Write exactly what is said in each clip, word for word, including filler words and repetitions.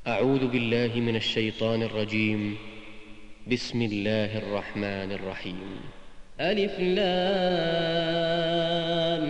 أعوذ بالله من الشيطان الرجيم. بسم الله الرحمن الرحيم. ألف لام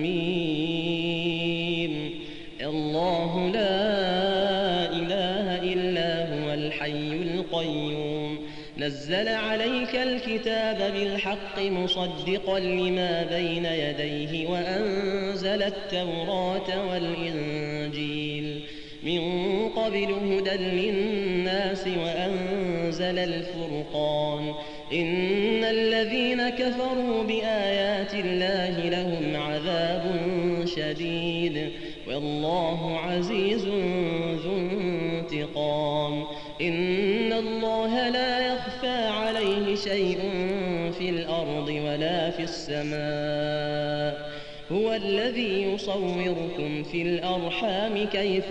ميم. الله لا إله إلا هو الحي القيوم نزل عليك الكتاب بالحق مصدقا لما بين يديه وأنزل التوراة والإنجيل من قبل هدى للناس وأنزل الفرقان إن الذين كفروا بآيات الله لهم عذاب شديد والله عزيز ذو انتقام إن الله لا يخفى عليه شيء في الأرض ولا في السماء هو الذي يصوركم في الأرحام كيف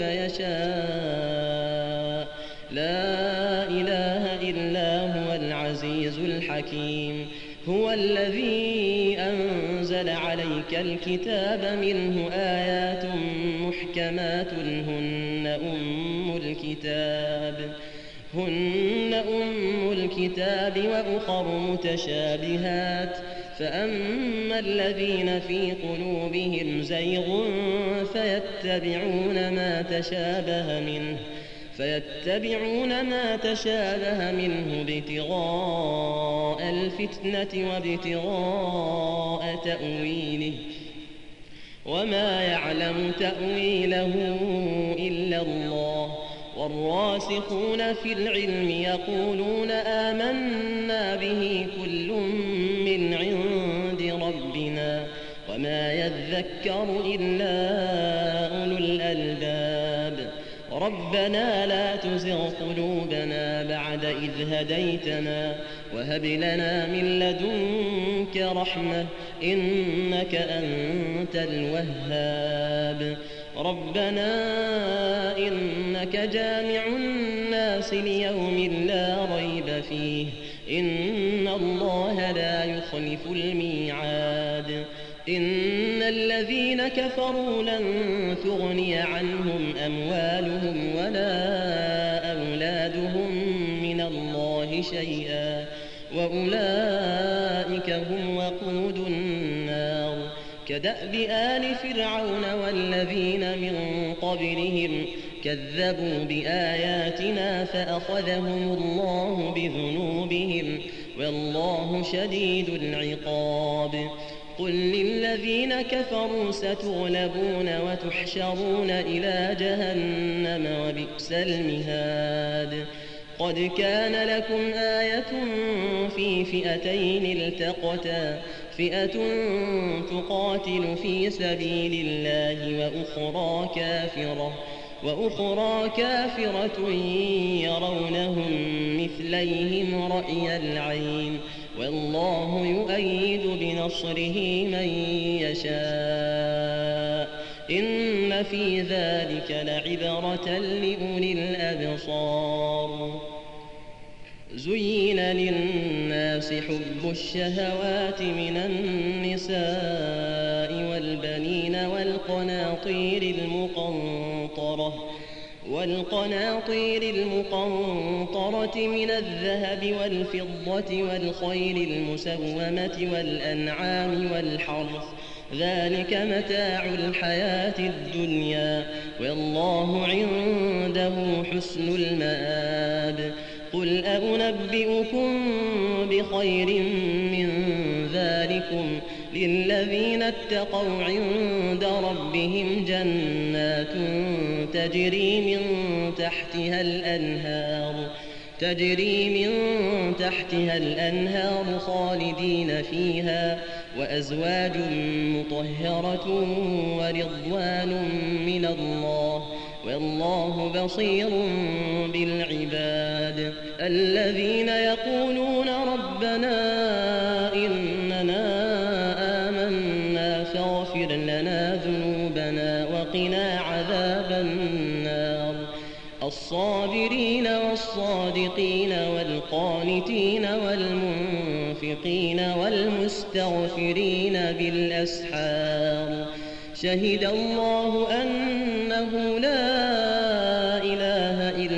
يشاء لا إله إلا هو العزيز الحكيم هو الذي أنزل عليك الكتاب منه آيات محكمات هن أم الكتاب هن أم الكتاب وأخر متشابهات فأما الذين في قلوبهم زيغ فيتبعون ما تشابه منه فيتبعون ما تشابه منه ابتغاء الفتنة وابتغاء تأويله وما يعلم تأويله إلا الله والراسخون في العلم يقولون آمنا به كل من عند ربنا وما يذكر إلا أولو الألباب ربنا لا تزغ قلوبنا بعد إذ هديتنا وهب لنا من لدنك رحمة إنك أنت الوهاب ربنا إنك جامع الناس ليوم لا ريب فيه إن الله لا يخلف الميعاد إن الذين كفروا لن تغني عنهم أموالهم ولا أولادهم من الله شيئا وأولئك هم وقود النار كدأب آل فرعون والذين من قبلهم كذبوا بآياتنا فأخذهم الله بذنوبهم والله شديد العقاب قل للذين كفروا ستغلبون وتحشرون إلى جهنم وبئس المهاد قد كان لكم آية في فئتين التقتا فئة تقاتل في سبيل الله وأخرى كافرة وأخرى كافرة يرونهم مثليهم رأي العين والله يؤيد بنصره من يشاء إن في ذلك لعبرة لأولي الأبصار زين للناس حب الشهوات من النساء والبنين والقناطير المقنطرة والقناطير المقنطرة من الذهب والفضة والخيل المسومة والأنعام والحرث ذلك متاع الحياة الدنيا والله عنده حسن المآب قل أنبئكم بخير من ذلكم للذين اتقوا عند ربهم جنات تجري من تحتها الأنهار تجري من تحتها الأنهار خالدين فيها وأزواج مطهرة ورضوان من الله والله بصير بالعباد الذين يقولون ربنا إننا آمنا فاغفر لنا ذنوبنا وقنا عذاب النار الصابرين والصادقين والقانتين والمنفقين والمستغفرين بالأسحار شهد الله أنه لا إله إلا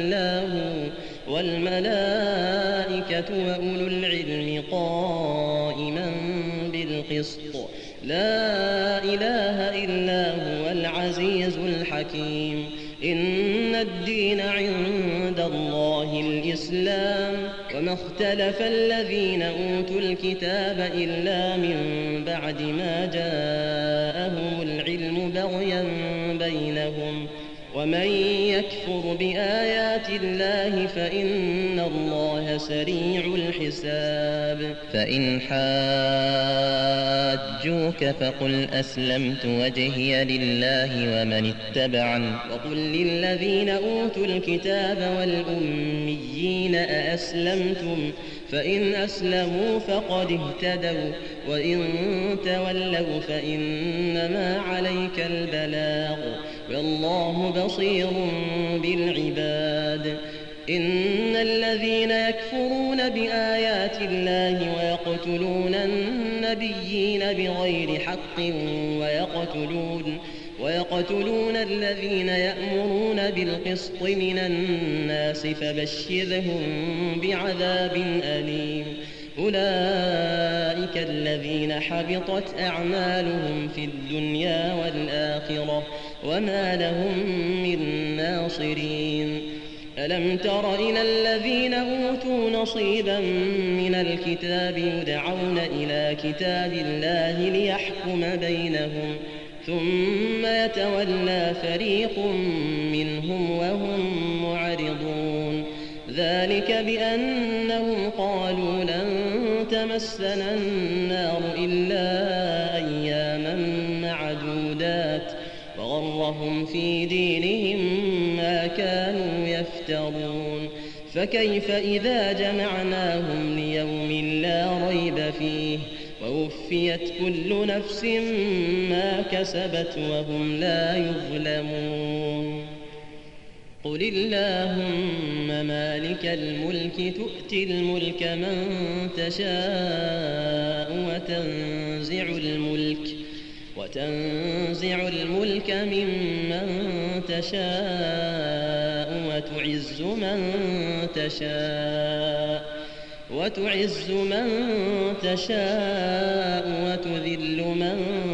والملائكة وأولو العلم قائما بالقسط لا إله إلا هو العزيز الحكيم إن الدين عند الله الإسلام وما اختلف الذين أوتوا الكتاب إلا من بعد ما جاءهم العلم بغيا بينهم ومن يكفر بآيات الله فإن الله سريع الحساب فإن حاجوك فقل أسلمت وجهي لله ومن اتبعني وقل للذين أوتوا الكتاب والأميين أأسلمتم فإن أسلموا فقد اهتدوا وإن تولوا فإنما عليك البلاغ والله بصير بالعباد إن الذين يكفرون بآيات الله ويقتلون النبيين بغير حق ويقتلون ويقتلون الذين يأمرون بالقسط من الناس فبشرهم بعذاب أليم أولئك الذين حبطت أعمالهم في الدنيا والآخرة وما لهم من ناصرين ألم تر إلى الذين أوتوا نصيبا من الكتاب يدعون إلى كتاب الله ليحكم بينهم ثم يتولى فريق منهم وهم معرضون ذلك بأنهم قالوا لن تمسنا النار إلا أياما معدودات وغرهم في دينهم ما كانوا يفترون فكيف إذا جمعناهم ليوم لا ريب فيه ووفيت كل نفس ما كسبت وهم لا يظلمون قل اللهم مالك الملك تؤتي الملك من تشاء وتنزع الملك وتنزع الملك ممن تشاء وتعز من تشاء وتعز من تشاء وتذل من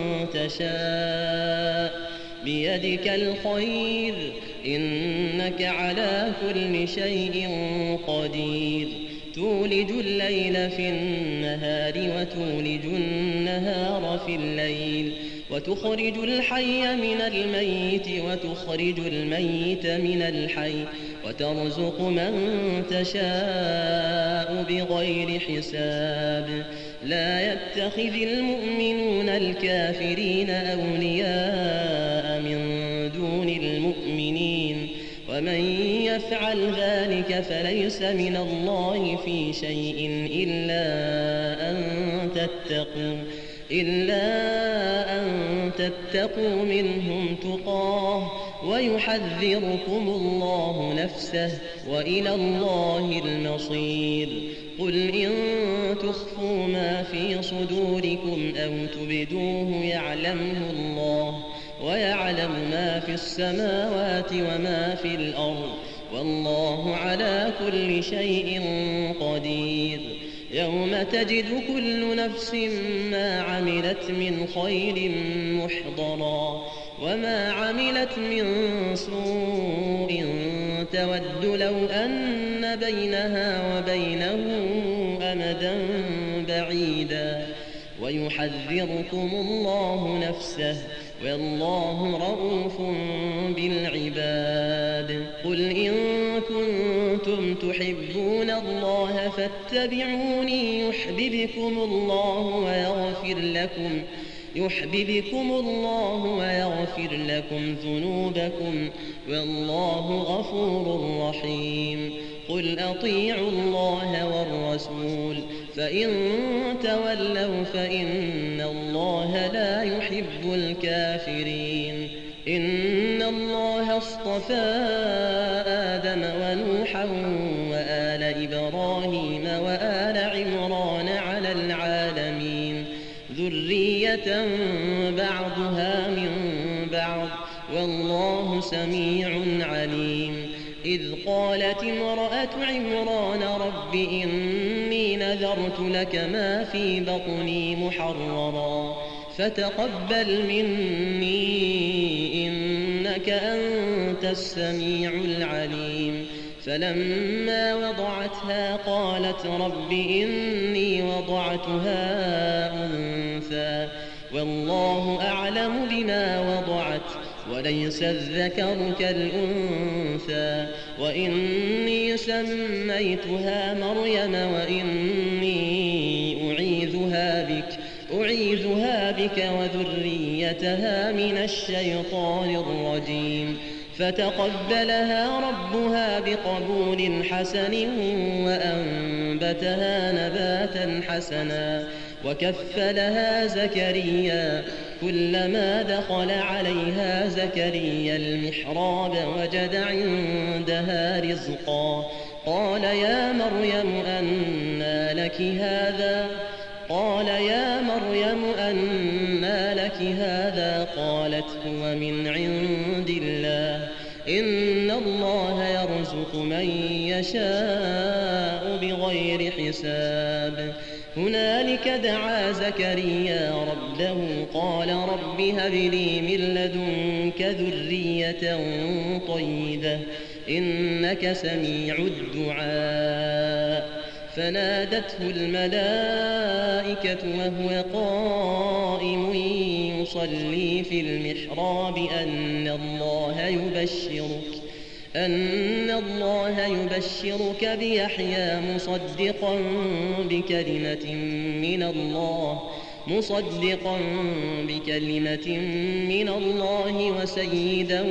تشاء بيدك الخير إنك على كل شيء قدير تولج الليل في النهار وتولج النهار في الليل وتخرج الحي من الميت وتخرج الميت من الحي وترزق من تشاء بغير حساب لا يتخذ المؤمنون الكافرين أولياء من دون المؤمنين ومن يفعل ذلك فليس من الله في شيء إلا أن تتقوا إلا أن تتقوا منهم تقاه ويحذركم الله نفسه وإلى الله المصير قل إن تخفوا ما في صدوركم أو تبدوه يعلمه الله ويعلم ما في السماوات وما في الأرض والله على كل شيء قدير يوم تجد كل نفس ما عملت من خير محضرا وما عملت من سوء تود لو أن بينها وبينه أمدا بعيدا ويحذركم الله نفسه والله رؤوف بالعباد قل إن كنتم تحبون الله فاتبعوني يحببكم الله ويغفر لكم يحببكم الله ويغفر لكم ذنوبكم والله غفور رحيم قل أطيعوا الله والرسول فإن تولوا فإن الله لا يحب الكافرين إن الله اصطفى آدم ونوحا وآل إبراهيم وآل عمران على العالمين ذرية بعضها من بعض والله سميع عليم إذ قالت امرأة عمران رب إني نذرت لك ما في بطني محررا فتقبل مني إنك أنت السميع العليم فلما وضعتها قالت رب إني وضعتها أنثى والله أعلم بما وضعت وليس الذكر كالأنثى وإني سميتها مريم وإني أعيذها بك أعيذها بك وذريتها من الشيطان الرجيم فتقبلها ربها بقبول حسن وأنبتها نباتا حسنا وكفلها زكريا كلما دخل عليها زكريا المحراب وجد عندها رزقا قال يا مريم أنى لك هذا قال يا مريم أنى لك هذا قالت هو من عند الله إن الله يرزق من يشاء بغير حساب هنالك دعا زكريا ربه قال رب هب لي من لدنك ذرية طيبة إنك سميع الدعاء فنادته الملائكة وهو قائم يصلي في المحراب أن الله يبشرك أن الله يبشرك بيحيى مصدقا بكلمة من الله مصدقا بكلمة من الله وسيدا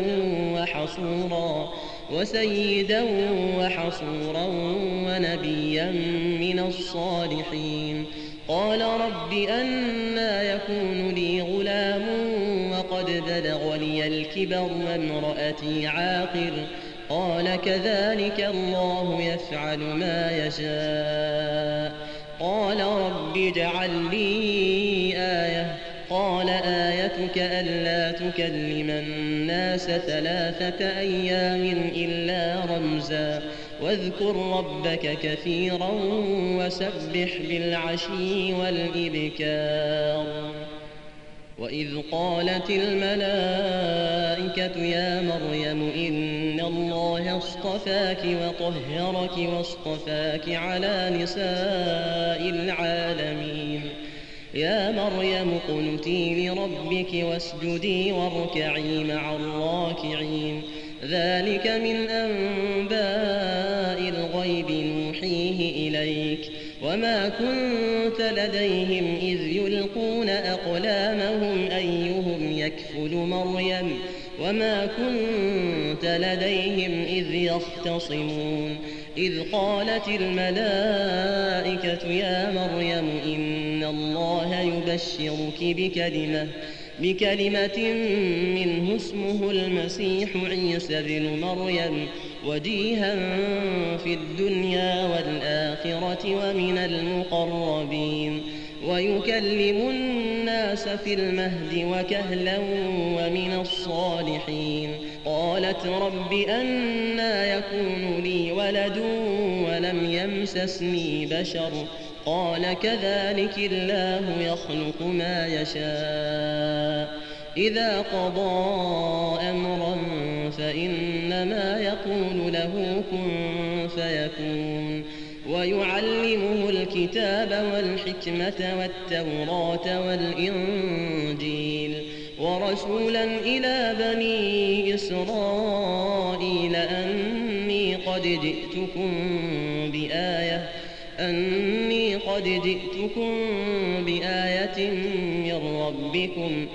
وحصورا وسيدا وحصورا ونبيا من الصالحين قال رب أنى يكون لي غلام وقد بلغني الكبر وامرأتي عاقر قال كذلك الله يفعل ما يشاء قال رب اجعل لي آية قال آيتك ألا تكلم الناس ثلاثة أيام إلا رمزا واذكر ربك كثيرا وسبح بالعشي والإبكار وإذ قالت الملائكة يا مريم إن الله اصطفاك وطهرك واصطفاك على نساء العالمين يا مريم اقنتي لربك واسجدي واركعي مع الراكعين ذلك من أنباء الغيب نوحيه إليك وما كنت لديهم إذ يلقون أقلامهم أيهم يكفل مريم وما كنت لديهم إذ يختصمون إذ قالت الملائكة يا مريم إن الله يبشرك بكلمة بكلمة منه اسمه المسيح عيسى بن مريم وجيها في الدنيا والآخرة ومن المقربين ويكلم الناس في المهد وكهلا ومن الصالحين قالت رب أنى يكون لي ولد ولم يمسسني بشر قال كذلك الله يخلق ما يشاء إذا قضى أمرا فإنما يقول له كن فيكون ويعلمه الكتاب والحكمة والتوراة والإنجيل ورسولا إلى بني إسرائيل أني قد جئتكم بآية أني قد جئتكم بآية من ربكم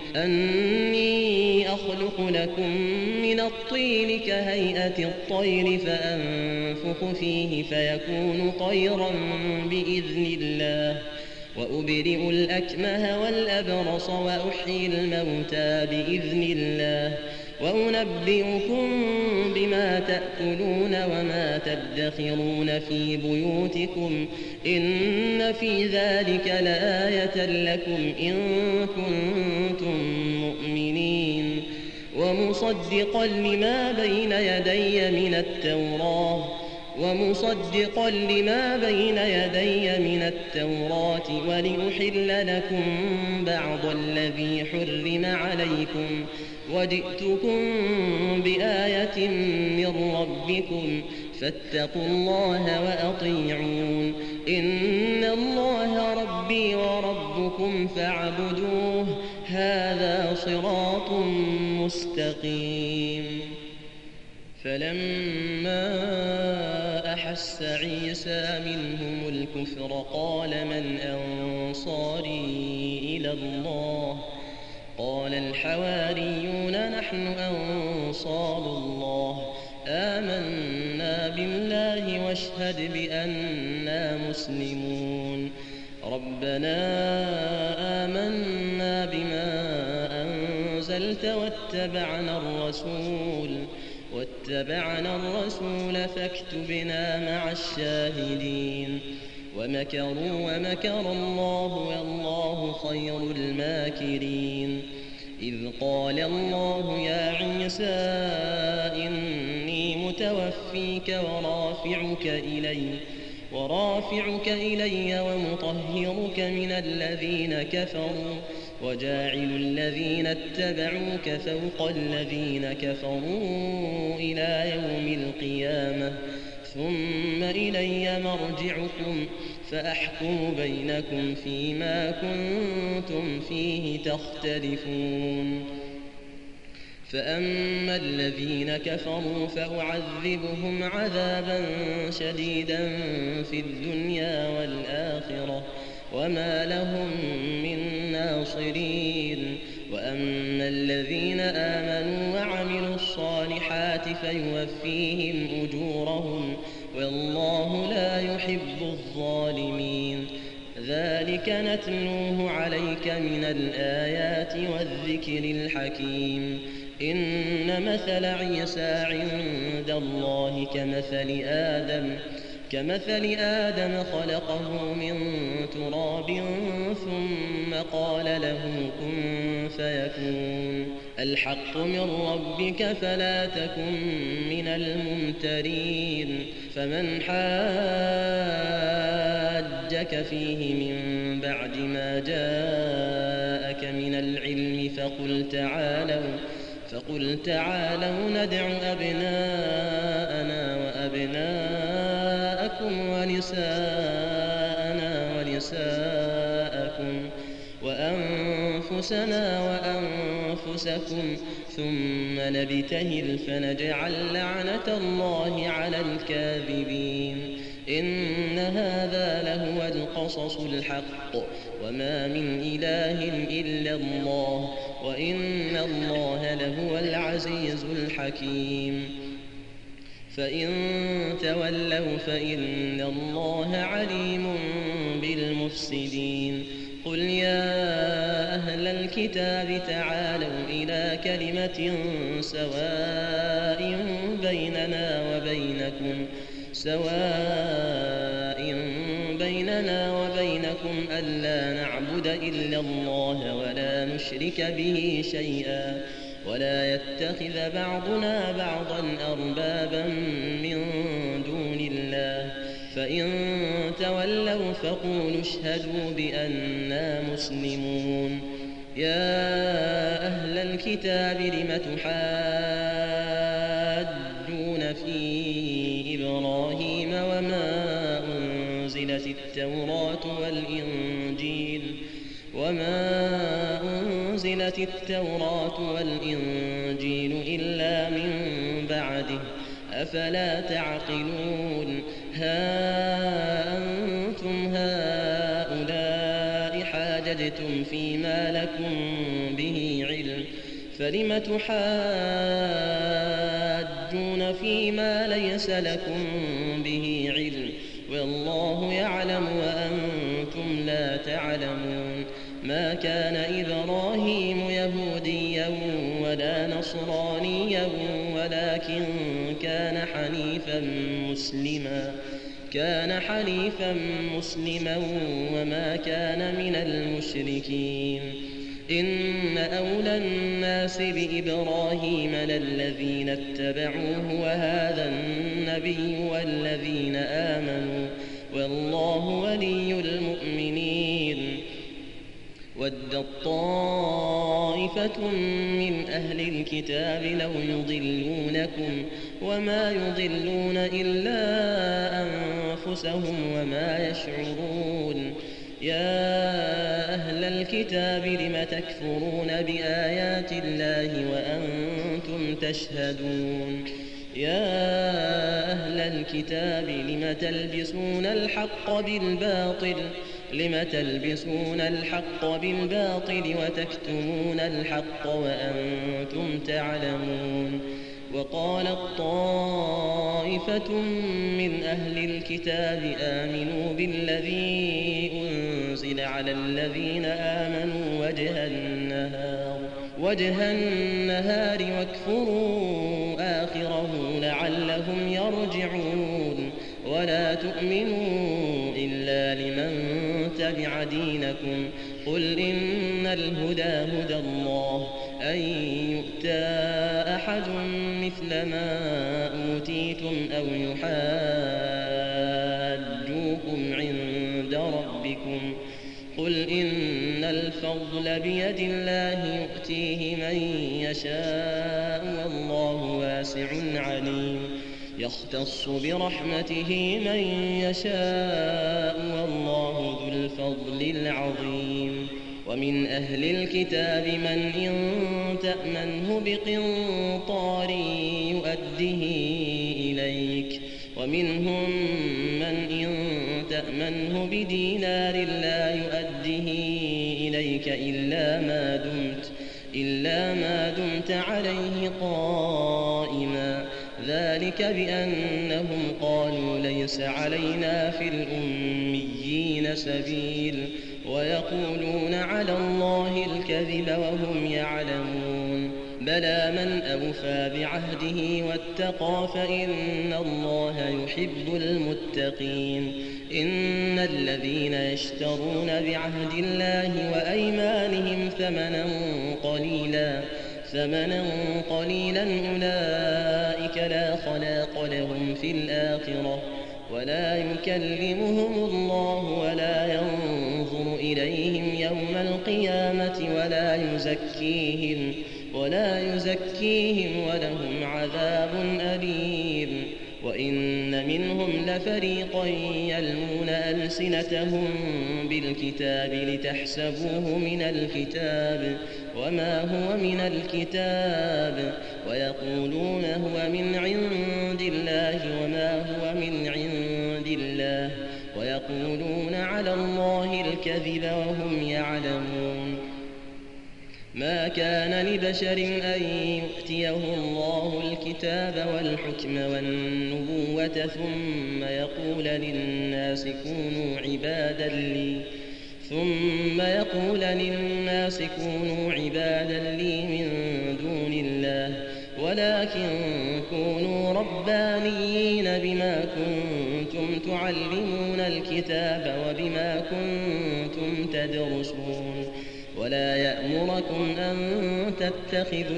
أني أخلق لكم من الطين كهيئة الطير فأنفخ فيه فيكون طيرا بإذن الله وأبرئ الأكمه والأبرص وأحيي الموتى بإذن الله وأنبئكم بما تأكلون وما تدخرون في بيوتكم إن في ذلك لآية لكم إن كنتم مؤمنين ومصدقا لما بين يدي من التوراة ومصدقا لما بين يدي من التوراة ولأحل لكم بعض الذي حرم عليكم وجئتكم بآية من ربكم فاتقوا الله وأطيعون إن الله ربي وربكم فاعبدوه هذا صراط مستقيم. فلما أحس عيسى منهم الكفر قال من أنصاري إلى الله قال الحواريون نحن أنصار الله آمنا بالله واشهد بأننا مسلمون ربنا آمنا بما أنزلت واتبعنا الرسول واتبعنا الرسول فاكتبنا مع الشاهدين ومكروا ومكر الله والله خير الماكرين. إذ قال الله يا عيسى إني متوفيك ورافعك إلي ورافعك إلي ومطهرك من الذين كفروا وجاعل الذين اتبعوك فوق الذين كفروا إلى يوم القيامة ثم إلي مرجعكم فأحكم بينكم فيما كنتم فيه تختلفون. فأما الذين كفروا فأعذبهم عذابا شديدا في الدنيا والآخرة وما لهم من ناصرين. وأما الذين آمنوا وعملوا الصالحات فيوفيهم أجورهم والله لا يحب الظالمين. ذلك نتلوه عليك من الآيات والذكر الحكيم. إن مثل عيسى عند الله كمثل آدم كمثل آدم خلقه من تراب ثم قال له كن فيكون. الحق من ربك فلا تكن من الممترين. فمن حاجك فيه من بعد ما جاءك من العلم فقل تعالوا فقل تعالوا ندع أبناءنا وأبناءكم ونساءنا ونساءكم وأنفسنا وأنفسكم ثم نبتهل فنجعل لعنة الله على الكاذبين. إن هذا لهو القصص الحق وما من إله إلا الله وإن الله لهو العزيز الحكيم. فإن تولوا فإن الله عليم بالمفسدين. قل يا أهل الكتاب تعالوا إلى كلمة سواء بيننا وبينكم سواء بيننا وبينكم ألا نعبد إلا الله ولا نشرك به شيئا ولا يتخذ بعضنا بعضا أربابا من دون الله فإن تولوا فقولوا اشهدوا بأننا مسلمون. يا أهل الكتاب لم تحاجون في إبراهيم وما أنزلت التوراة والإنجيل وما أنزلت التوراة والإنجيل إلا من بعده أفلا تعقلون. ها أنتم هؤلاء حاججتم فيما لكم به علم فلم تحاجون فيما ليس لكم به علم والله يعلم وأنتم لا تعلمون. ما كان إبراهيم يهوديا ولا نصرانيا ولكن كان حنيفا مسلما كان حنيفا مسلما وما كان من المشركين. إن أولى الناس بإبراهيم للذين اتبعوه وهذا النبي والذين آمنوا والله ولي المؤمنين ودت طائفة من أهل الكتاب لو يضلونكم وما يضلون إلا أنفسهم وما يشعرون يا أهل الكتاب لم تكفرون بآيات الله وأنتم تشهدون يا أهل الكتاب لم تلبسون الحق بالباطل لم تلبسون الحق بالباطل وتكتمون الحق وأنتم تعلمون وقالت طائفة من أهل الكتاب آمنوا بالذي أنزل على الذين آمنوا وجه النهار وجه النهار واكفروا آخره لعلهم يرجعون ولا تؤمنوا إلا لمن تبع دينكم قل إن الهدى هدى الله أن يؤتى أحد مثل ما أوتيتم أو يحاجوكم عند ربكم قل إن الفضل بيد الله يؤتيه من يشاء والله واسع عليم يختص برحمته من يشاء والله ذو الفضل العظيم ومن أهل الكتاب من إن تأمنه بقنطار يؤده إليك ومنهم من إن تأمنه بدينار لا يؤده إليك إلا ما دمت إلا ما دمت عليه قائما ذلك بأنهم قالوا ليس علينا في الأميين سبيل ويقولون على الله الكذب وهم يعلمون بلى من أوفى بعهده واتقى فإن الله يحب المتقين إن الذين يشترون بعهد الله وأيمانهم ثمنا قليلا ثمنا قليلا أولئك لا خلاق لهم في الآخرة ولا يكلمهم الله ولا ينظر إليهم يوم القيامة ولا يزكيهم ولا يزكيهم ولهم عذاب أليم وإن منهم لفريقا يلمون ألسنتهم بالكتاب لتحسبوه من الكتاب وما هو من الكتاب ويقولون هو من عند الله وما هو من عند الله ويقولون على الله الكذب وهم يعلمون ما كان لبشر أن يؤتيه الله الكتاب والحكم والنبوة ثم يقول للناس كونوا عبادا لي ثم يقول للناس كونوا عبادا لي من دون الله ولكن كونوا ربانيين بما كنتم تعلمون الكتاب وبما كنتم تدرسون ولا يأمركم أن تتخذوا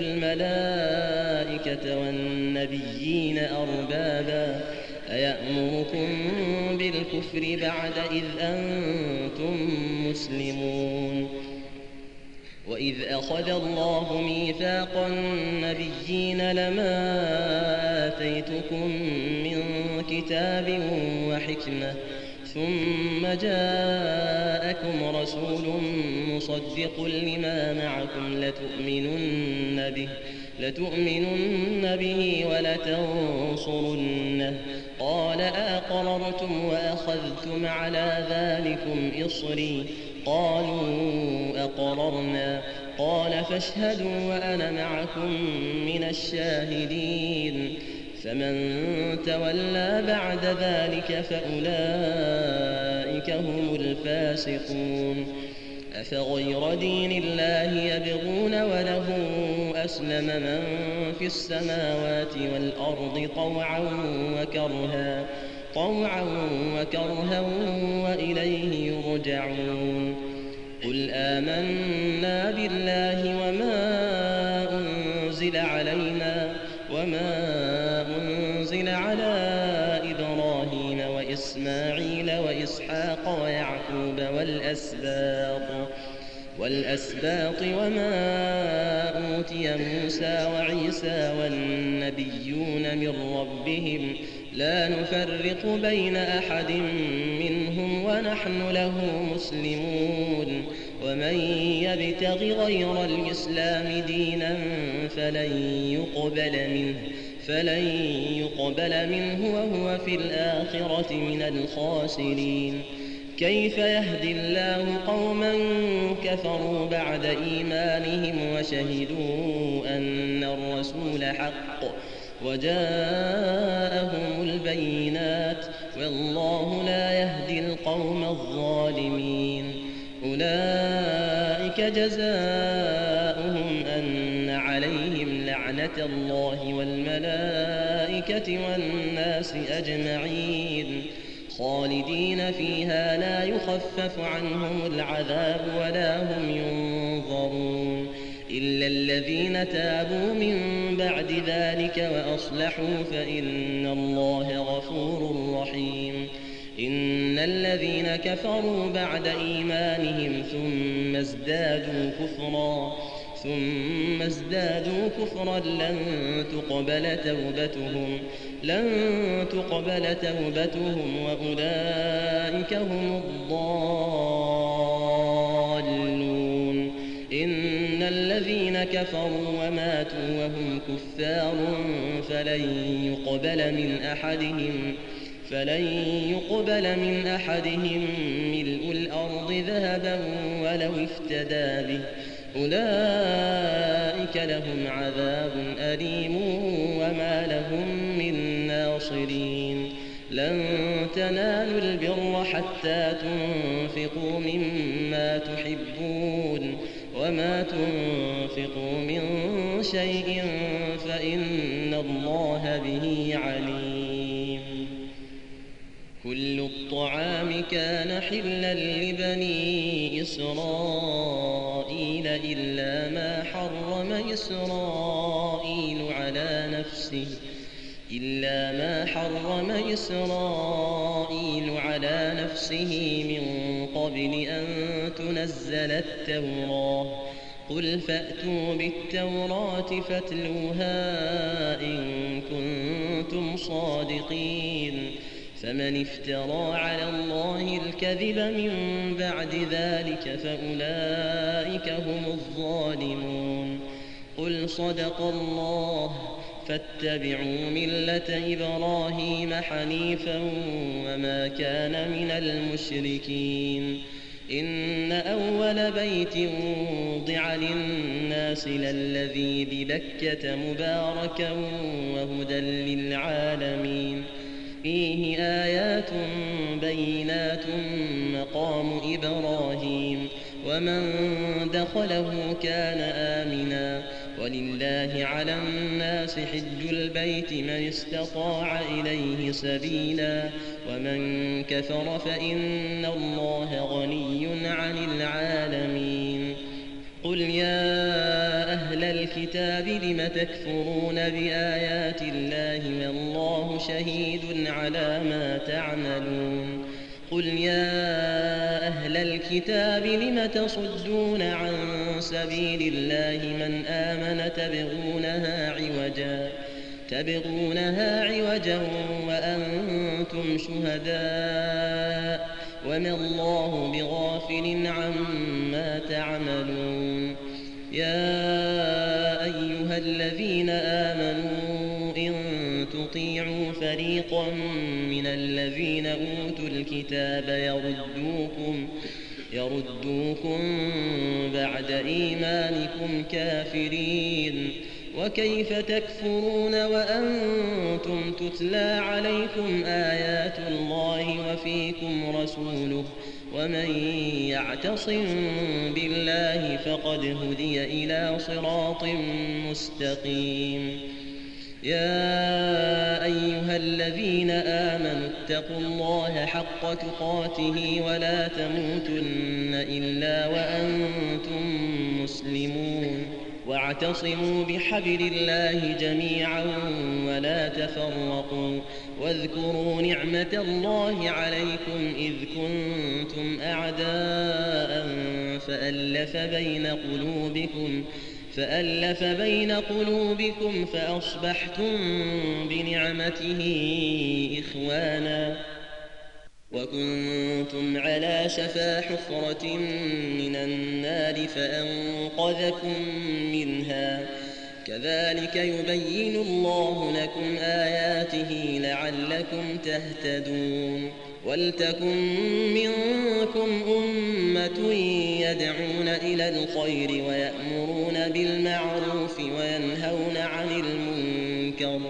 الملائكة والنبيين أربابا أيأمركم بالكفر بعد إذ أنتم مسلمون وإذ أخذ الله ميثاق النبيين لما آتيتكم من كتاب وحكمة ثم جاءكم رسول مصدق لما معكم لتؤمنن به لتؤمنن به ولتنصرنه قال أقررتم وأخذتم على ذلكم إصري قالوا أقررنا قال فاشهدوا وأنا معكم من الشاهدين فمن تولى بعد ذلك فأولئك هم الفاسقون أفغير دين الله يبغون وله أسلم من في السماوات والأرض طوعا وكرها طوعا وكرها وإليه يرجعون قل قل آمنا بالله وما أنزل علينا وما أنزل على إبراهيم وإسماعيل وإسحاق ويعقوب والأسباط والأسباط وما أوتي موسى وعيسى والنبيون من ربهم لا نفرق بين أحد منهم ونحن له مسلمون ومن يبتغ غير الإسلام دينا فلن يقبل منه فلن يقبل منه وهو في الآخرة من الخاسرين كيف يهدي الله قوما كفروا بعد إيمانهم وشهدوا أن الرسول حق وجاءهم البينات والله لا يهدي القوم الظالمين أولئك جزاؤهم أن عليهم لعنة الله والملائكة والناس أجمعين خالدين فيها لا يخفف عنهم العذاب ولا هم ينظرون إلا الذين تابوا من بعد ذلك وأصلحوا فإن الله غفور رحيم إن الذين كفروا بعد إيمانهم ثم ازدادوا كفرا ثم ازدادوا كفرا لن تقبل توبتهم لن تقبل توبتهم وأولئك هم الضالون إن الذين كفروا وماتوا وهم كفار فلن يقبل من أحدهم فلن يقبل من أحدهم ملء الأرض ذهبا ولو افتدى به أولئك لهم عذاب أليم وما لهم من ناصرين لن تنالوا البر حتى تنفقوا مما تحبون وما تنفقوا من شيء فإن الله به عليم كل الطعام كان حلا لبني إسرائيل إلا ما حرم إسرائيل على نفسه إلا ما حرم إسرائيل على نفسه من قبل أن تنزل التوراة قل فأتوا بالتوراة فاتلوها إن كنتم صادقين فمن افترى على الله الكذب من بعد ذلك فأولئك هم الظالمون قل صدق الله فاتبعوا ملة إبراهيم حنيفا وما كان من المشركين إن أول بيت وضع للناس للذي ببكة مباركا وهدى للعالمين فيه آيات بينات مقام إبراهيم ومن دخله كان آمنا ولله على الناس حج البيت من استطاع إليه سبيلا ومن كفر فإن الله غني عن العالمين قل يا أهل الكتاب لم تكفرون بآيات الله والله شهيد على ما تعملون قل يا أهل الكتاب لم تصدون عن سبيل الله من آمن تبغونها عوجا تبغونها عوجا وأنتم شهداء وما الله بغافل عما تعملون يا أيها الذين آمنوا إن تطيعوا فريقا من الذين أوتوا الكتاب يردوكم يردوكم بعد إيمانكم كافرين وكيف تكفرون وأنتم تتلى عليكم آيات الله وفيكم رسوله ومن يعتصم بالله فقد هدي إلى صراط مستقيم يا أيها الذين آمنوا اتقوا الله حق تقاته ولا تموتن إلا وأنتم مسلمون واعتصموا بحبل الله جميعا ولا تفرقوا واذكروا نعمة الله عليكم إذ كنتم أعداء فألف بين قلوبكم فألف بين قلوبكم فأصبحتم بنعمته إخوانا وكنتم على شفا حفرة من النار فأنقذكم منها كذلك يبين الله لكم آياته لعلكم تهتدون ولتكن منكم أمة يدعون إلى الخير ويأمرون بالمعروف وينهون عن المنكر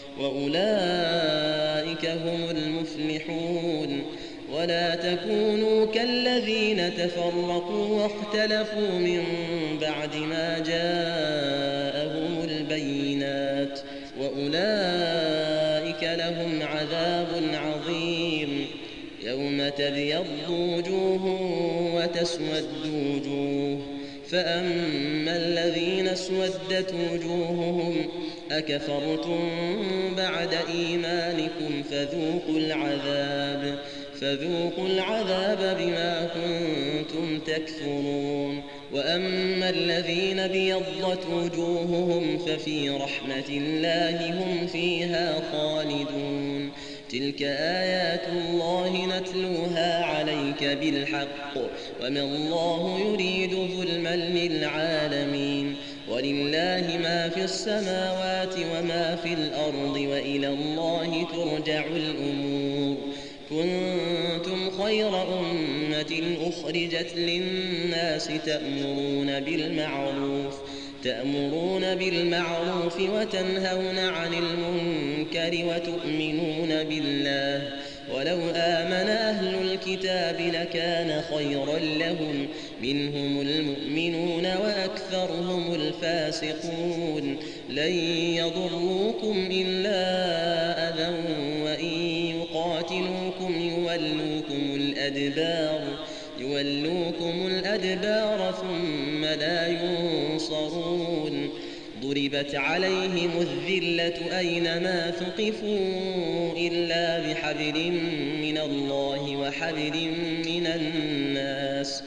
وأولئك هم المفلحون ولا تكونوا كالذين تفرقوا واختلفوا من بعد ما جاءهم البينات وأولئك لهم عذاب عظيم يوم تبيض وجوه وتسود وجوه فأما الذين اسودت وجوههم أكفرتم بعد إيمانكم فذوقوا العذاب فذوقوا العذاب بما كنتم تكفرون وأما الذين ابيضت وجوههم ففي رحمة الله هم فيها خالدون تلك آيات الله نتلوها عليك بالحق وما الله يريد ظلما للعالمين ولله ما في السماوات وما في الأرض وإلى الله ترجع الأمور كنتم خير أمة أخرجت للناس تأمرون بالمعروف تأمرون بالمعروف وتنهون عن المنكر وتؤمنون بالله ولو آمن أهل الكتاب لكان خيرا لهم منهم المؤمنون وأكثرهم الفاسقون لن يضروكم إلا أذى وإن يقاتلوكم يولوكم الأدبار يولوكم الأدبار ثم لا ينصرون ضربت عليهم الذلة أينما ثقفوا إلا بحبل من الله وحبل من الناس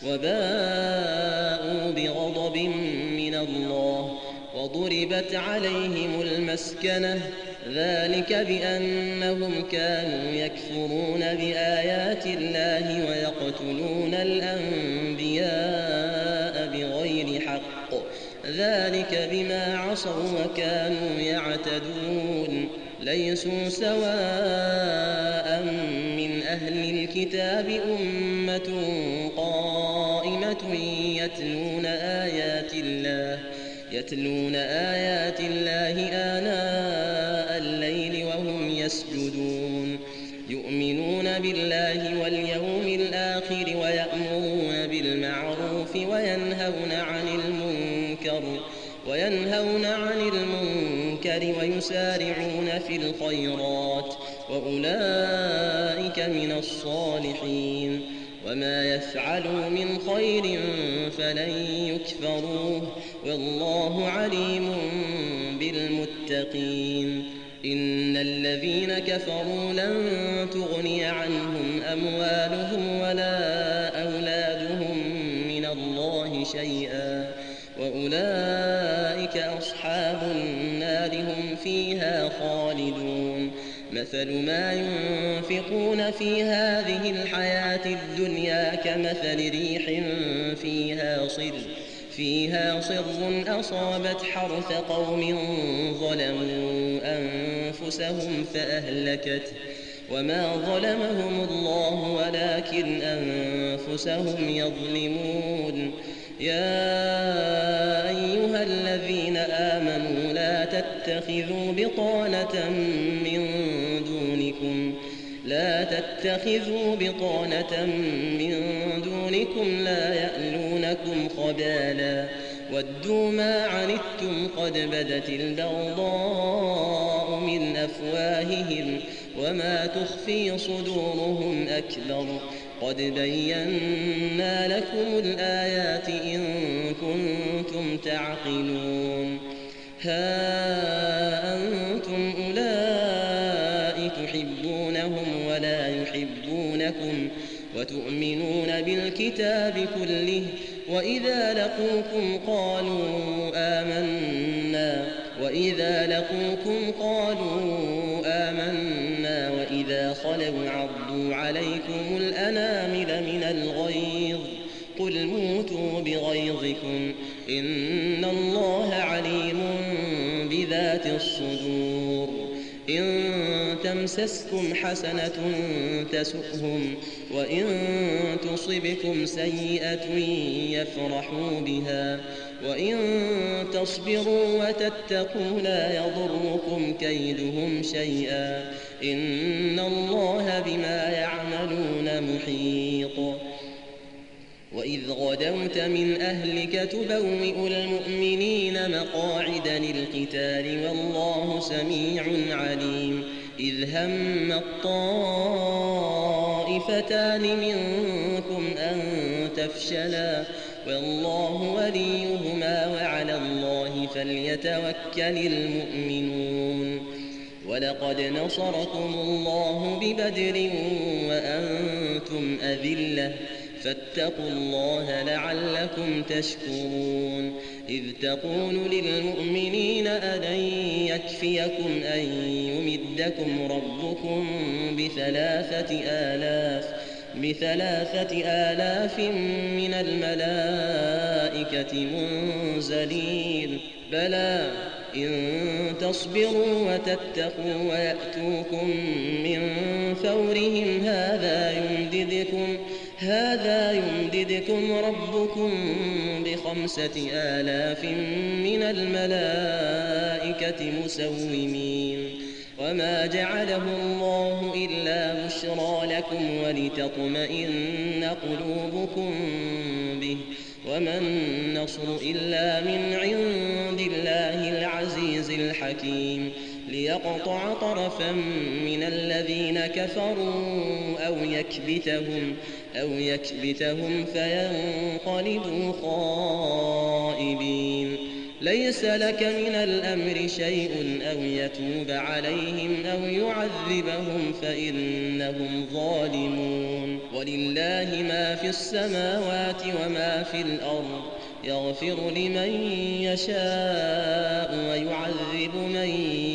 وباءوا بغضب من الله وضربت عليهم المسكنة ذلك بأنهم كانوا يكفرون بآيات الله ويقتلون الأنبياء بغير حق ذلك بما عصوا وكانوا يعتدون ليسوا سواء من أهل الكتاب أمة قائمة يتلون آيات الله يتلون آيات الله آناء الليل وهم يسجدون يؤمنون بالله واليوم الآخر ويأمرون بالمعروف وينهون عن المنكر وينهون عن المنكر ويسارعون في الخيرات وأولئك من الصالحين وما يفعلوا من خير فلن يكفروه والله عليم بالمتقين إن الذين كفروا لن تغني عنهم أموالهم ولا أولادهم من الله شيئا وأولئك أصحاب النار هم فيها خالدون مثل ما ينفقون في هذه الحياة الدنيا كمثل ريح فيها صر فيها صر أصابت حرث قوم ظلموا أنفسهم فأهلكته وما ظلمهم الله ولكن أنفسهم يظلمون يا أيها الذين آمنوا لا تتخذوا بطانة من دونكم لا تتخذوا بطانة من دونكم لا يألونكم خبالا ودوا ما عنتم قد بدت البغضاء من أفواههم وما تخفي صدورهم أكبر قد بينا لكم الآيات إن كنتم تعقلون ها أنتم أولئك تحبونهم ولا يحبونكم وتؤمنون بالكتاب كله وإذا لقوكم قالوا آمنا وإذا لقوكم قالوا آمنا وإذا خلوا عضوا عليكم الأنامل من الغيظ قل موتوا بغيظكم إن الله عليم بذات الصدور إن تمسسكم حسنة تسؤهم وإن تصبكم سيئة يفرحوا بها وإن تصبروا وتتقوا لا يضركم كيدهم شيئا إن الله بما يعملون محيط وإذ غدوت من أهلك تبوئ المؤمنين مقاعد للقتال والله سميع عليم إذ هم الطائفتان منكم أن تفشلا والله وليهما وعلى الله فليتوكل المؤمنون ولقد نصركم الله ببدر وأنتم أذلة فاتقوا الله لعلكم تشكرون إذ تقول للمؤمنين ألن يكفيكم أن يمدكم ربكم بثلاثة آلاف بثلاثة آلاف من الملائكة منزلين بلى إن تصبروا وتتقوا ويأتوكم من فورهم هذا يمددكم هذا يمددكم ربكم بخمسة آلاف من الملائكة مسومين وما جعله الله إلا بشرى لكم ولتطمئن قلوبكم به وما النصر إلا من عند الله العزيز الحكيم ليقطع طرفا من الذين كفروا أو يكبتهم أو يكبتهم فينقلبوا خائبين ليس لك من الأمر شيء أو يتوب عليهم أو يعذبهم فإنهم ظالمون ولله ما في السماوات وما في الأرض يغفر لمن يشاء ويعذب من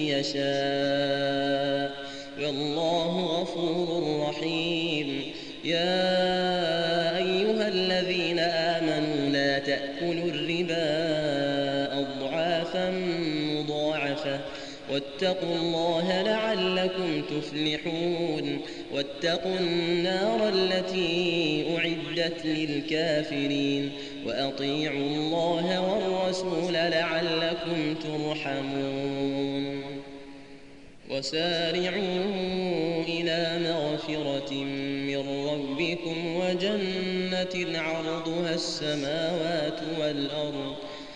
يشاء والله غفور رحيم يا أيها الذين آمنوا لا تأكلوا الربا أضعافا مضاعفة واتقوا الله لعلكم تفلحون واتقوا النار التي أعدت للكافرين وأطيعوا الله والرسول لعلكم ترحمون وسارعوا إلى مغفرة من ربكم وجنة عرضها السماوات والأرض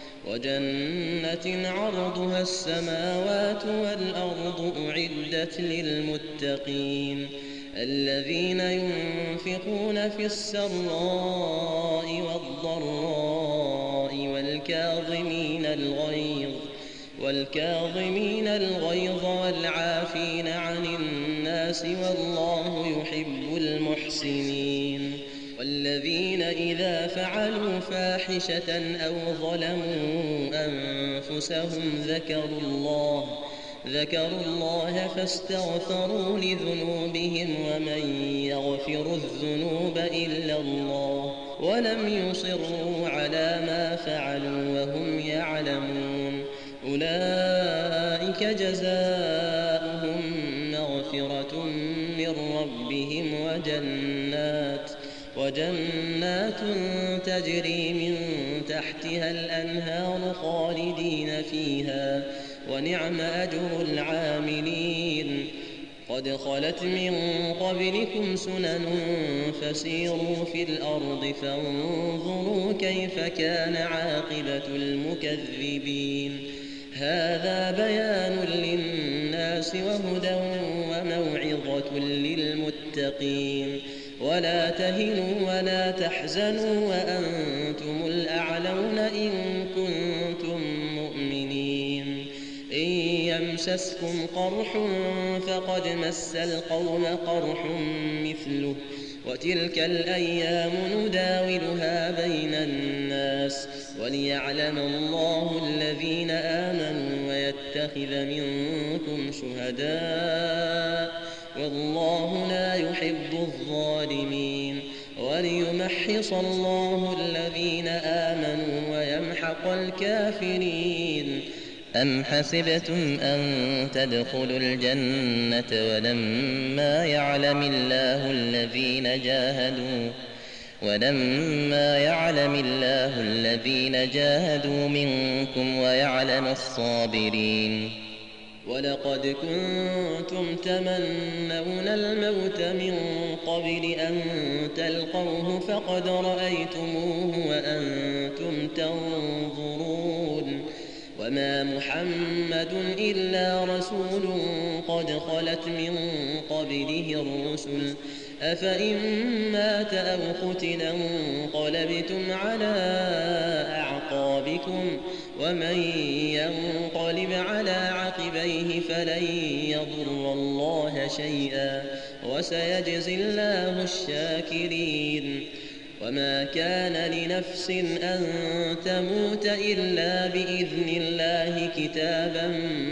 وجنة عرضها السماوات والأرض أعدت للمتقين الذين ينفقون في السراء والضراء والكاظمين الغيظ والكاظمين الغيظ والعافين عن الناس والله يحب المحسنين والذين إذا فعلوا فاحشة أو ظلموا أنفسهم ذكروا الله ذكروا الله فاستغفروا لذنوبهم ومن يغفر الذنوب إلا الله ولم يصروا على ما فعلوا وهم يعلمون أولئك جزاؤهم مغفرة من ربهم وجنات وجنات تجري من تحتها الأنهار خالدين فيها ونعم أجر العاملين قد خلت من قبلكم سنن فسيروا في الأرض فانظروا كيف كان عاقبة المكذبين هذا بيان للناس وهدى وموعظة للمتقين ولا تهنوا ولا تحزنوا وأنتم الأعلون إن كنتم مؤمنين إن يمسسكم قرح فقد مس القوم قرح مثله وتلك الأيام نداولها بين الناس وليعلم الله الذين آمنوا ويتخذ منكم شهداء والله لا يحب الظالمين وليمحص الله الذين آمنوا ويمحق الكافرين أم حسبتم أن تدخلوا الجنة ولما يعلم الله الذين جاهدوا ولما يعلم الله الذين جاهدوا منكم ويعلم الصابرين ولقد كنتم تمنون الموت من قبل أن تلقوه فقد رأيتموه وأنتم تنظرون وما محمد إلا رسول قد خلت من قبله الرسل أفإن مات أو قتل انقلبتم على أعقابكم ومن ينقلب على عقبيه فلن يضر الله شيئا وسيجزي الله الشاكرين وما كان لنفس أن تموت إلا بإذن الله كتابا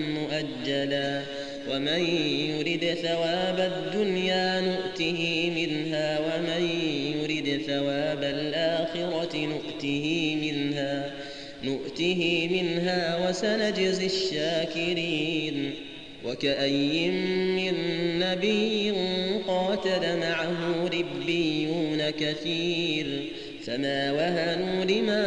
مؤجلا ومن يرد ثواب الدنيا نؤته منها ومن يرد ثواب الآخرة نؤته منها نؤته منها وسنجزي الشاكرين وكأي من نبي قاتل معه ربيون كثير فما وهنوا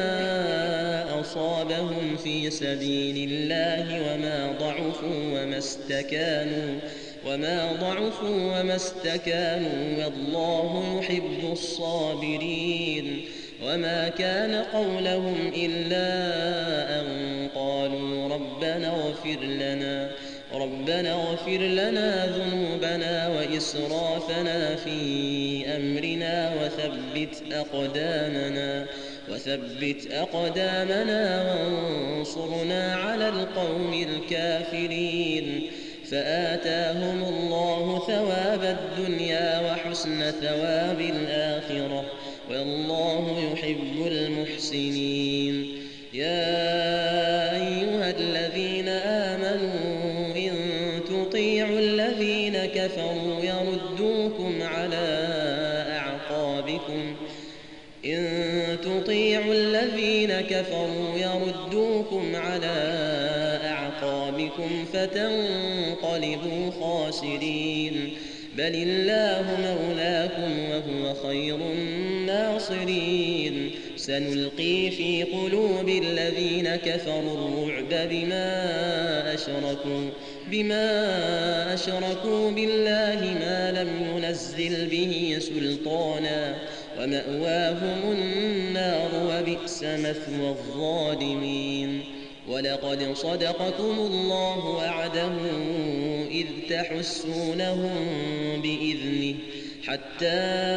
لما أصابهم في سبيل الله وما ضعفوا وما استكانوا وما ضعفوا وما استكانوا والله يحب الصابرين وما كان قولهم إلا أن قالوا ربنا اغفر لنا ربنا اغفر لنا ذنوبنا وإسرافنا في أمرنا وثبت أقدامنا وثبت أقدامنا وانصرنا على القوم الكافرين فآتاهم الله ثواب الدنيا وحسن ثواب الآخرة والله يحب المحسنين يا أيها الذين آمنوا إن تطيعوا الذين كفروا يردوكم على أعقابكم إن تطيعوا الذين كفروا يردوكم على أعقابكم فتنقلبوا خاسرين بل الله مولاكم وهو خير الناصرين سنلقي في قلوب الذين كفروا الرعب بما أشركوا بما أشركوا بالله ما لم ينزل به سلطانا ومأواهم النار وبئس مثوى الظالمين ولقد صدقكم الله وعده إذ تحسونهم بإذنه حتى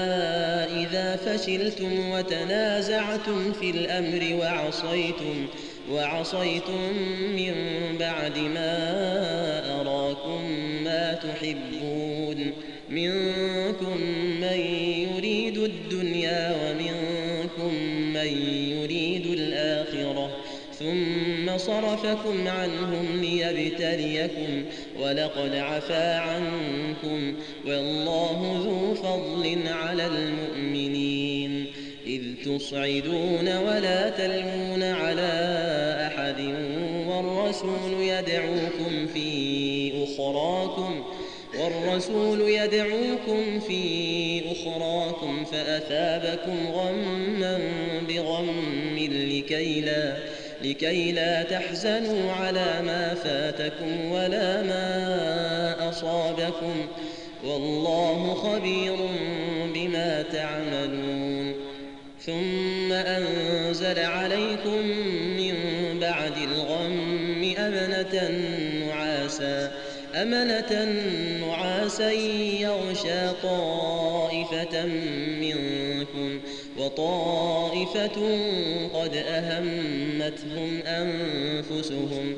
إذا فشلتم وتنازعتم في الأمر وعصيتم وعصيتم من بعد ما أراكم ما تحبون منكم من يريد الدنيا ومنكم من يريد الآخرة ثم صرفكم عنهم ليبتليكم ولقد عفا عنكم والله ذو فضل على المؤمنين إذ تصعدون ولا تلوون على أحد والرسول يدعوكم في أخراكم والرسول يدعوكم في أخراكم فأثابكم غما بغم لكي لا, لكي لا تحزنوا على ما فاتكم ولا ما أصابكم والله خبير بما تعملون ثم أنزل عليكم من بعد الغم أمنة نعاسا أمنة نعاسا يغشى طائفة منكم وطائفة قد أهمتهم أنفسهم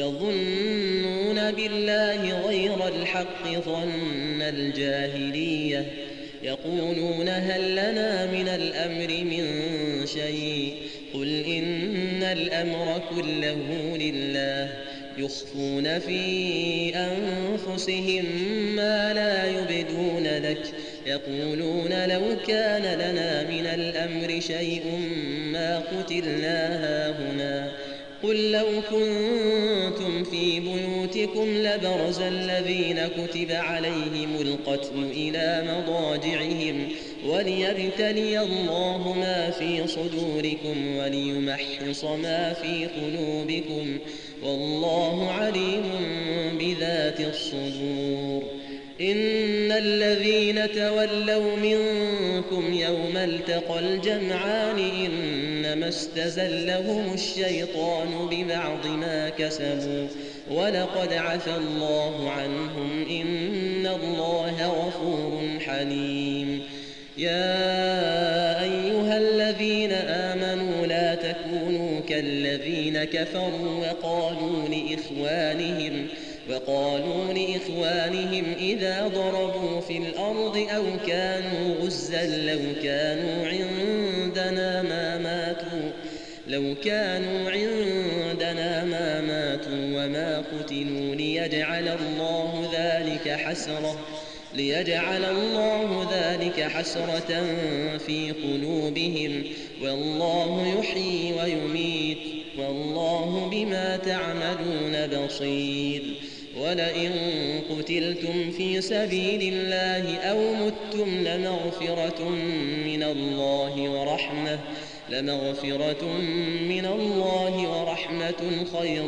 يظنون بالله غير الحق ظن الجاهلية يقولون هل لنا من الأمر من شيء قل إن الأمر كله لله يخفون في أنفسهم ما لا يبدون لك يقولون لو كان لنا من الأمر شيء ما قتلنا هاهنا قل لو كنتم في بيوتكم لبرز الذين كتب عليهم القتل إلى مضاجعهم وليبتلي الله ما في صدوركم وليمحص ما في قلوبكم والله عليم بذات الصدور إن الذين تولوا منكم يوم التقى الجمعان إنما استزلهم الشيطان ببعض ما كسبوا ولقد عفى الله عنهم إن الله غفور حليم يا أيها الذين آمنوا لا تكونوا كالذين كفروا وقالوا لإخوانهم وقالوا لإخوانهم إذا ضربوا في الأرض أو كانوا غزا لو كانوا عندنا ما ماتوا لو كانوا عندنا ما ماتوا وما قتلوا ليجعل الله ذلك حسرة ليجعل الله ذلك حسرة في قلوبهم والله يحيي ويميت والله بما تعملون بصير ولئن قتلتم في سبيل الله أو متم لمغفرة من الله ورحمة لمغفرة من الله ورحمة خير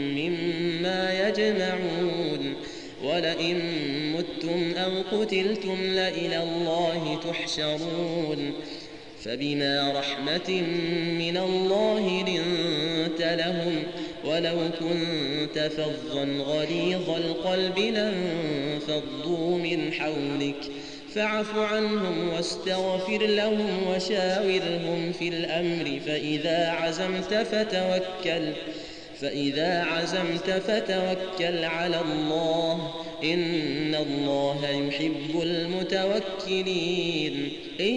مما يجمعون ولئن متم أو قتلتم لإلى الله تحشرون فبما رحمة من الله لنت لهم ولو كنت فظا غليظ القلب لانفضوا من حولك فاعف عنهم واستغفر لهم وشاورهم في الأمر فإذا عزمت فتوكل فإذا عزمت فتوكل على الله إن الله يحب المتوكلين إن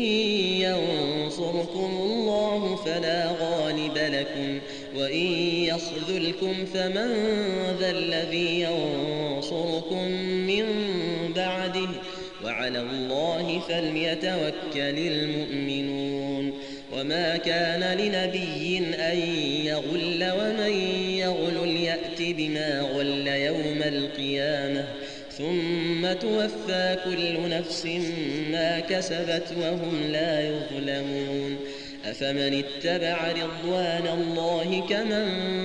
ينصركم الله فلا غالب لكم وإن يخذلكم فمن ذا الذي ينصركم من بعده وعلى الله فليتوكل المؤمنون وما كان لنبي أن يغل ومن يغل يأت بما غل يوم القيامة ثم توفى كل نفس ما كسبت وهم لا يظلمون أفمن اتبع رضوان الله كمن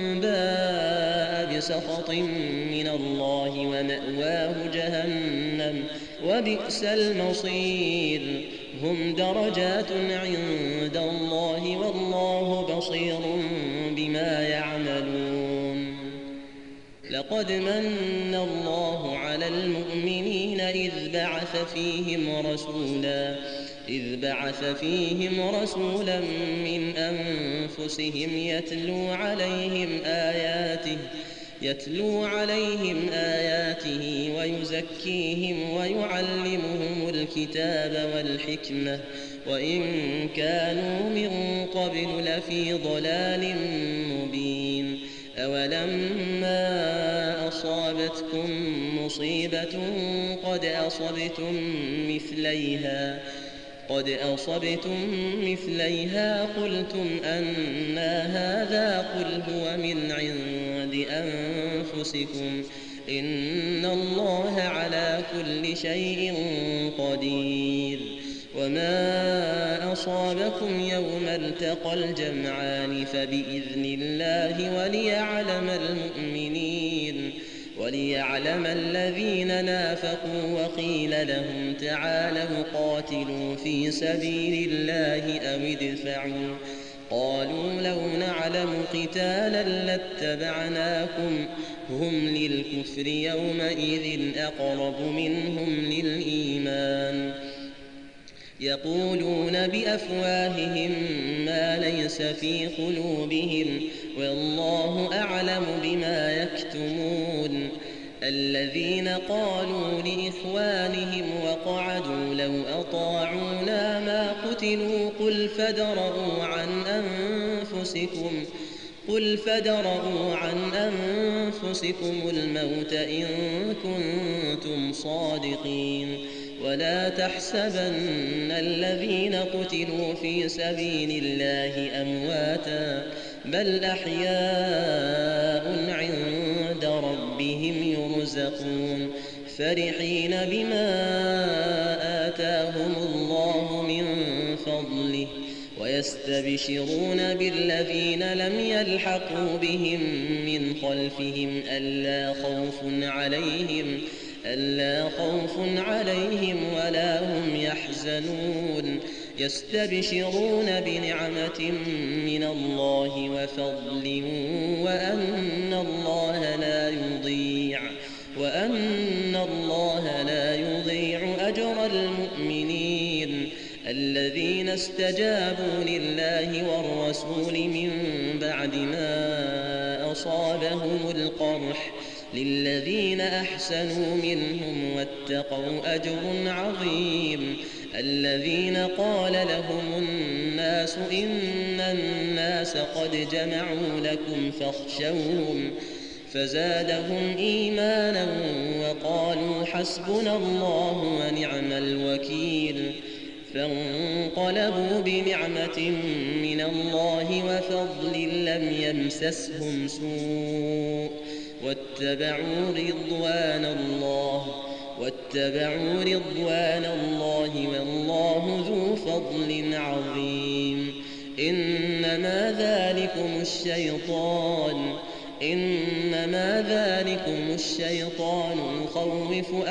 باء بسخط من الله ومأواه جهنم وبئس المصير هم درجات عند الله والله بصير بما يعملون لقد من الله على المؤمنين إذ بعث فيهم رسولا إذ بعث فيهم رسولا من أنفسهم يتلو عليهم آياته يتلو عليهم آياته ويزكيهم ويعلمهم الكتاب والحكمة وإن كانوا من قبل لفي ضلال مبين أولما أصابتكم مصيبة قد أصبتم مثليها قد أصبتم مثليها قلتم أنى هذا قل هو من عند أنفسكم إن الله على كل شيء قدير وما أصابكم يوم التقى الجمعان فبإذن الله وليعلم المؤمنين وليعلم الذين نافقوا وقيل لهم تعالوا قاتلوا في سبيل الله أو ادفعوا قالوا لو نعلم قتالا لاتبعناكم هم للكفر يومئذ أقرب منهم للإيمان يقولون بأفواههم ما ليس في قلوبهم والله أعلم بما يكتمون الذين قالوا لإخوانهم وقعدوا لو أطاعونا ما قتلوا قل فادرءوا عن أنفسكم قل فادرءوا عن أنفسكم الموت إن كنتم صادقين ولا تحسبن الذين قتلوا في سبيل الله أمواتا بل أحياء عند ربهم يرزقون فرحين بما آتاهم الله من فضله ويستبشرون بالذين لم يلحقوا بهم من خلفهم ألا خوف عليهم ألا خوف عليهم ولا هم يحزنون يستبشرون بنعمة من الله وفضل وأن الله لا يضيع وأن الله لا يضيع أجر المؤمنين الذين استجابوا لله والرسول من بعد ما أصابهم القرح للذين أحسنوا منهم واتقوا أجر عظيم الذين قال لهم الناس إن الناس قد جمعوا لكم فاخشوهم فزادهم إيمانا وقالوا حسبنا الله ونعم الوكيل فانقلبوا بنعمة من الله وفضل لم يمسسهم سوء واتبعوا رضوان الله واتبعوا رضوان الله والله ذو فضل عظيم إنما ذلكم الشيطان إنما ذلكم الشيطان يخوف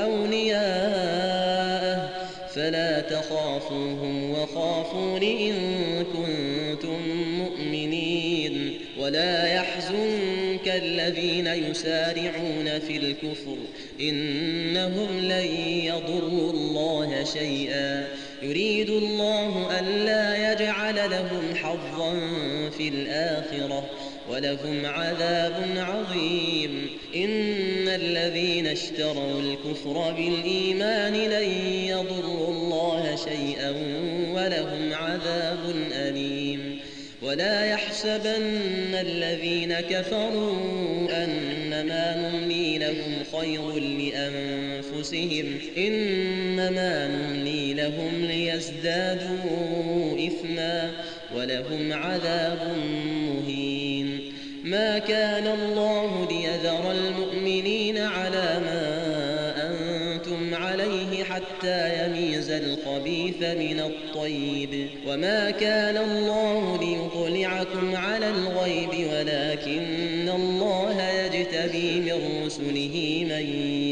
أولياءه فلا تخافوهم وخافون إن كنتم مؤمنين ولا يحزنك الذين يسارعون في الكفر إنهم لن يضروا الله شيئا يريد الله ألا يجعل لهم حظا في الآخرة ولهم عذاب عظيم إن الذين اشتروا الكفر بالإيمان لن يضروا الله شيئا ولهم عذاب أليم ولا يحسبن الذين كفروا أنما نملي لهم خير لأنفسهم إنما نملي لهم ليزدادوا إثما ولهم عذاب مهين ما كان الله ليذر المؤمنين على ما أنتم عليه حتى يميز الخبيث من الطيب وما كان الله ليطلعكم على الغيب ولكن الله يجتبي من رسله من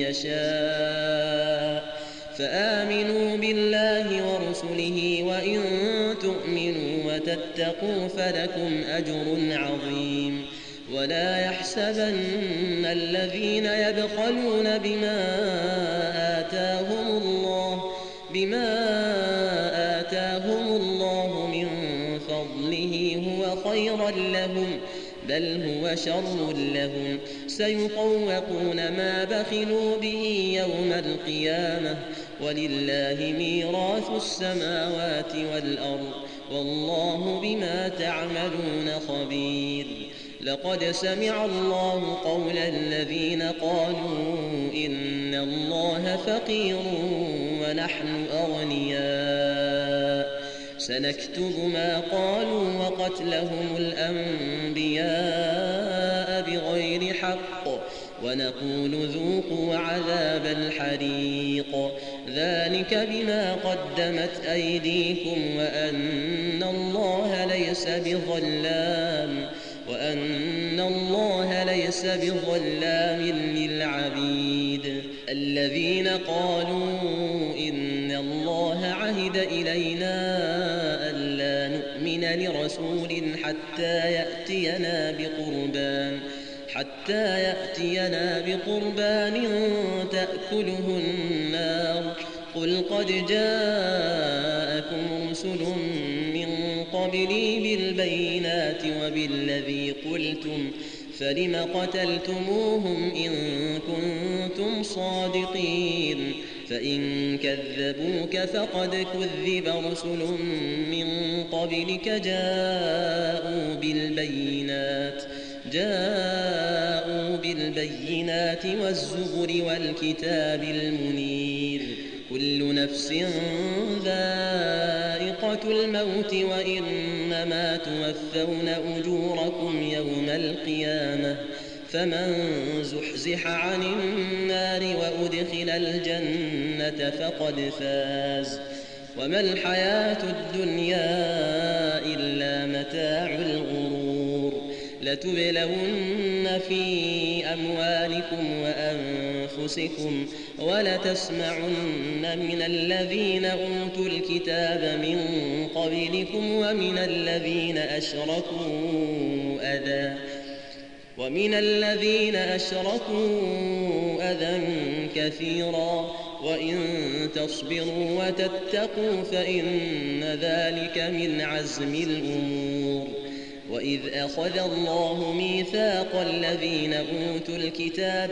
يشاء فآمنوا بالله ورسله وإن تؤمنوا وتتقوا فلكم أجر عظيم ولا يحسبن الذين يبخلون بما آتاهم الله بما آتاهم الله من فضله هو خيرا لهم بل هو شر لهم سيطوقون ما بخلوا به يوم القيامة ولله ميراث السماوات والأرض والله بما تعملون خبير لقد سمع الله قول الذين قالوا إن الله فقير ونحن أغنياء سنكتب ما قالوا وقتلهم الأنبياء بغير حق ونقول ذوقوا عذاب الحريق ذلك بما قدمت أيديكم وأن الله ليس بظلام وأن الله ليس بظلام للعبيد الذين قالوا إن الله عهد إلينا ألا نؤمن لرسول حتى يأتينا بقربان حتى يأتينا بقربان تأكله النار قل قد جاءكم رسل من قبلي بالبينات وبالذي قلتم فلم قتلتموهم إن كنتم صادقين فإن كذبوك فقد كذب رسل من قبلك جاءوا بالبينات جاءوا بالبينات والزبر والكتاب المنير كل نفس ذائقة الموت وإنما توفون أجوركم يوم القيامة فمن زحزح عن النار وأدخل الجنة فقد فاز وما الحياة الدنيا إلا متاع الغرور لتبلون في أموالكم وأنفسكم ولتسمعن من الذين أوتوا الكتاب من قبلكم ومن الذين أشركوا أذى ومن الذين أشركوا أذى كثيرا وإن تصبروا وتتقوا فإن ذلك من عزم الأمور وإذ أخذ الله ميثاق الذين أوتوا الكتاب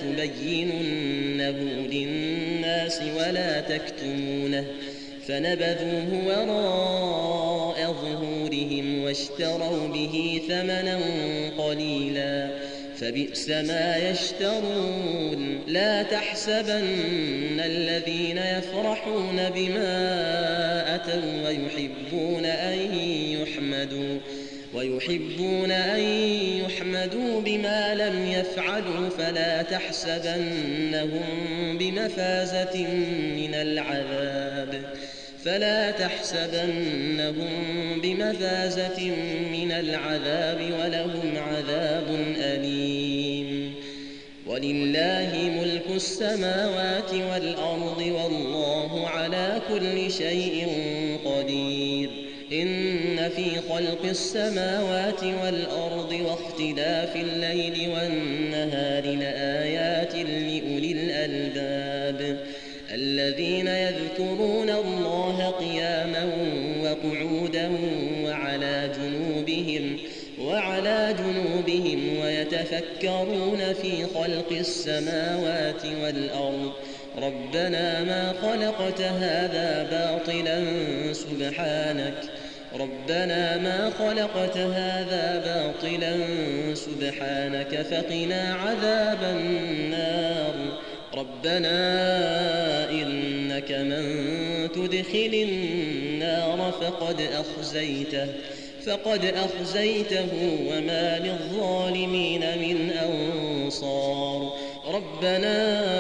لتبيننه للناس ولا تكتمونه فنبذوه وراء ظهورهم واشتروا به ثمنا قليلا فبئس ما يشترون لا تحسبن الذين يفرحون بما أتوا ويحبون أن يحمدوا ويحبون أن يحمدوا بما لم يفعلوا فلا تحسبنهم بمفازة من العذاب فلا تحسبنهم بمفازة من العذاب ولهم عذاب أليم ولله ملك السماوات والأرض والله على كل شيء قدير إن في خلق السماوات والأرض واختلاف الليل والنهار لآيات لأولي الألباب الذين يذكرون الله قياما وقعودا وعلى جنوبهم وعلى جنوبهم ويتفكرون في خلق السماوات والأرض ربنا ما خلقت هذا باطلا سبحانك ربنا ما خلقت هذا باطلا سبحانك فقنا عذاب النار ربنا إنك من تدخل النار فقد أخزيته فقد أخزيته وما للظالمين من أنصار ربنا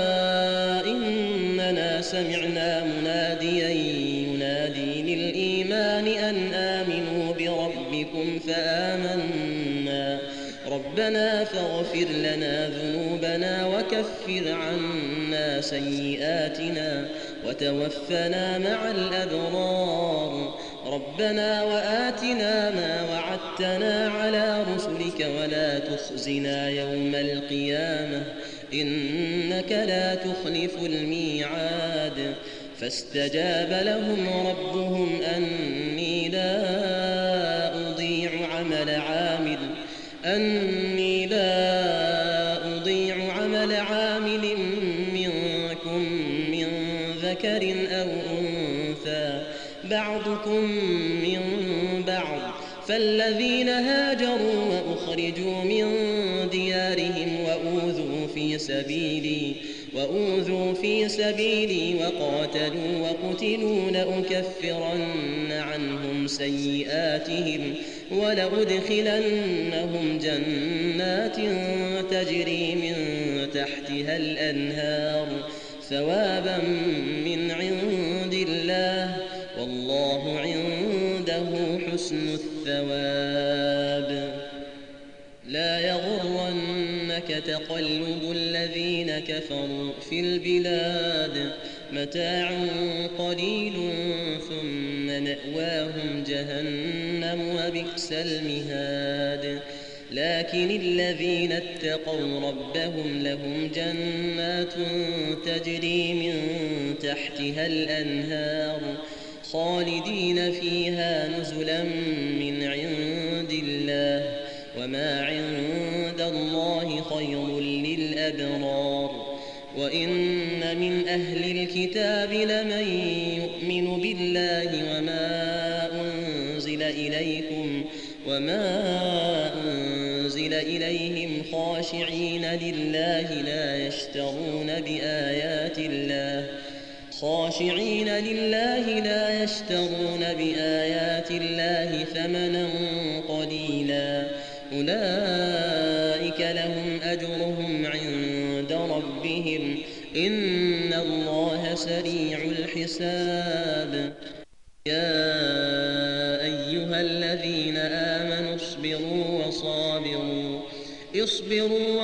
إننا سمعنا مناديا ينادي للإيمان أن آمنوا بربكم فآمنا ربنا فاغفر لنا ذنوبنا وكفر عنا سيئاتنا وتوفنا مع الأبرار ربنا وآتنا ما وعدتنا على رسلك ولا تخزنا يوم القيامة إنك لا تخلف الميعاد فاستجاب لهم ربهم أني لا أضيع عمل عامل أني لا أضيع عمل عامل منكم من ذكر أو أنثى بعضكم من بعض فالذين هاجروا وأخرجوا من ديارهم وأوذوا في سبيلي وأوذوا في سبيلي وقاتلوا وقتلوا لأكفرن عنهم سيئاتهم ولأدخلنهم جنات تجري من تحتها الأنهار ثوابا من عند الله والله عنده حسن الثواب. لا يغرنك تقلب الذين كفروا في البلاد متاع قليل ثم مأواهم جهنم وبئس المهاد. لكن الذين اتقوا ربهم لهم جنات تجري من تحتها الأنهار خالدين فيها نزلا من عند الله وما عند الله خير للأبرار. وإن من أهل الكتاب لمن يؤمن بالله وما أنزل إليكم وما أنزل إليهم خاشعين لله لا يشترون بآيات الله خاشعين لله لا يشترون بآيات الله ثمنا قليلا أولئك لهم أجرهم عند ربهم إن الله سريع الحساب. يا أيها الذين آمنوا اصبروا وصابروا اصبروا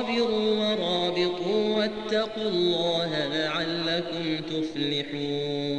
وصابروا ورابطوا واتقوا الله لعلكم تفلحون.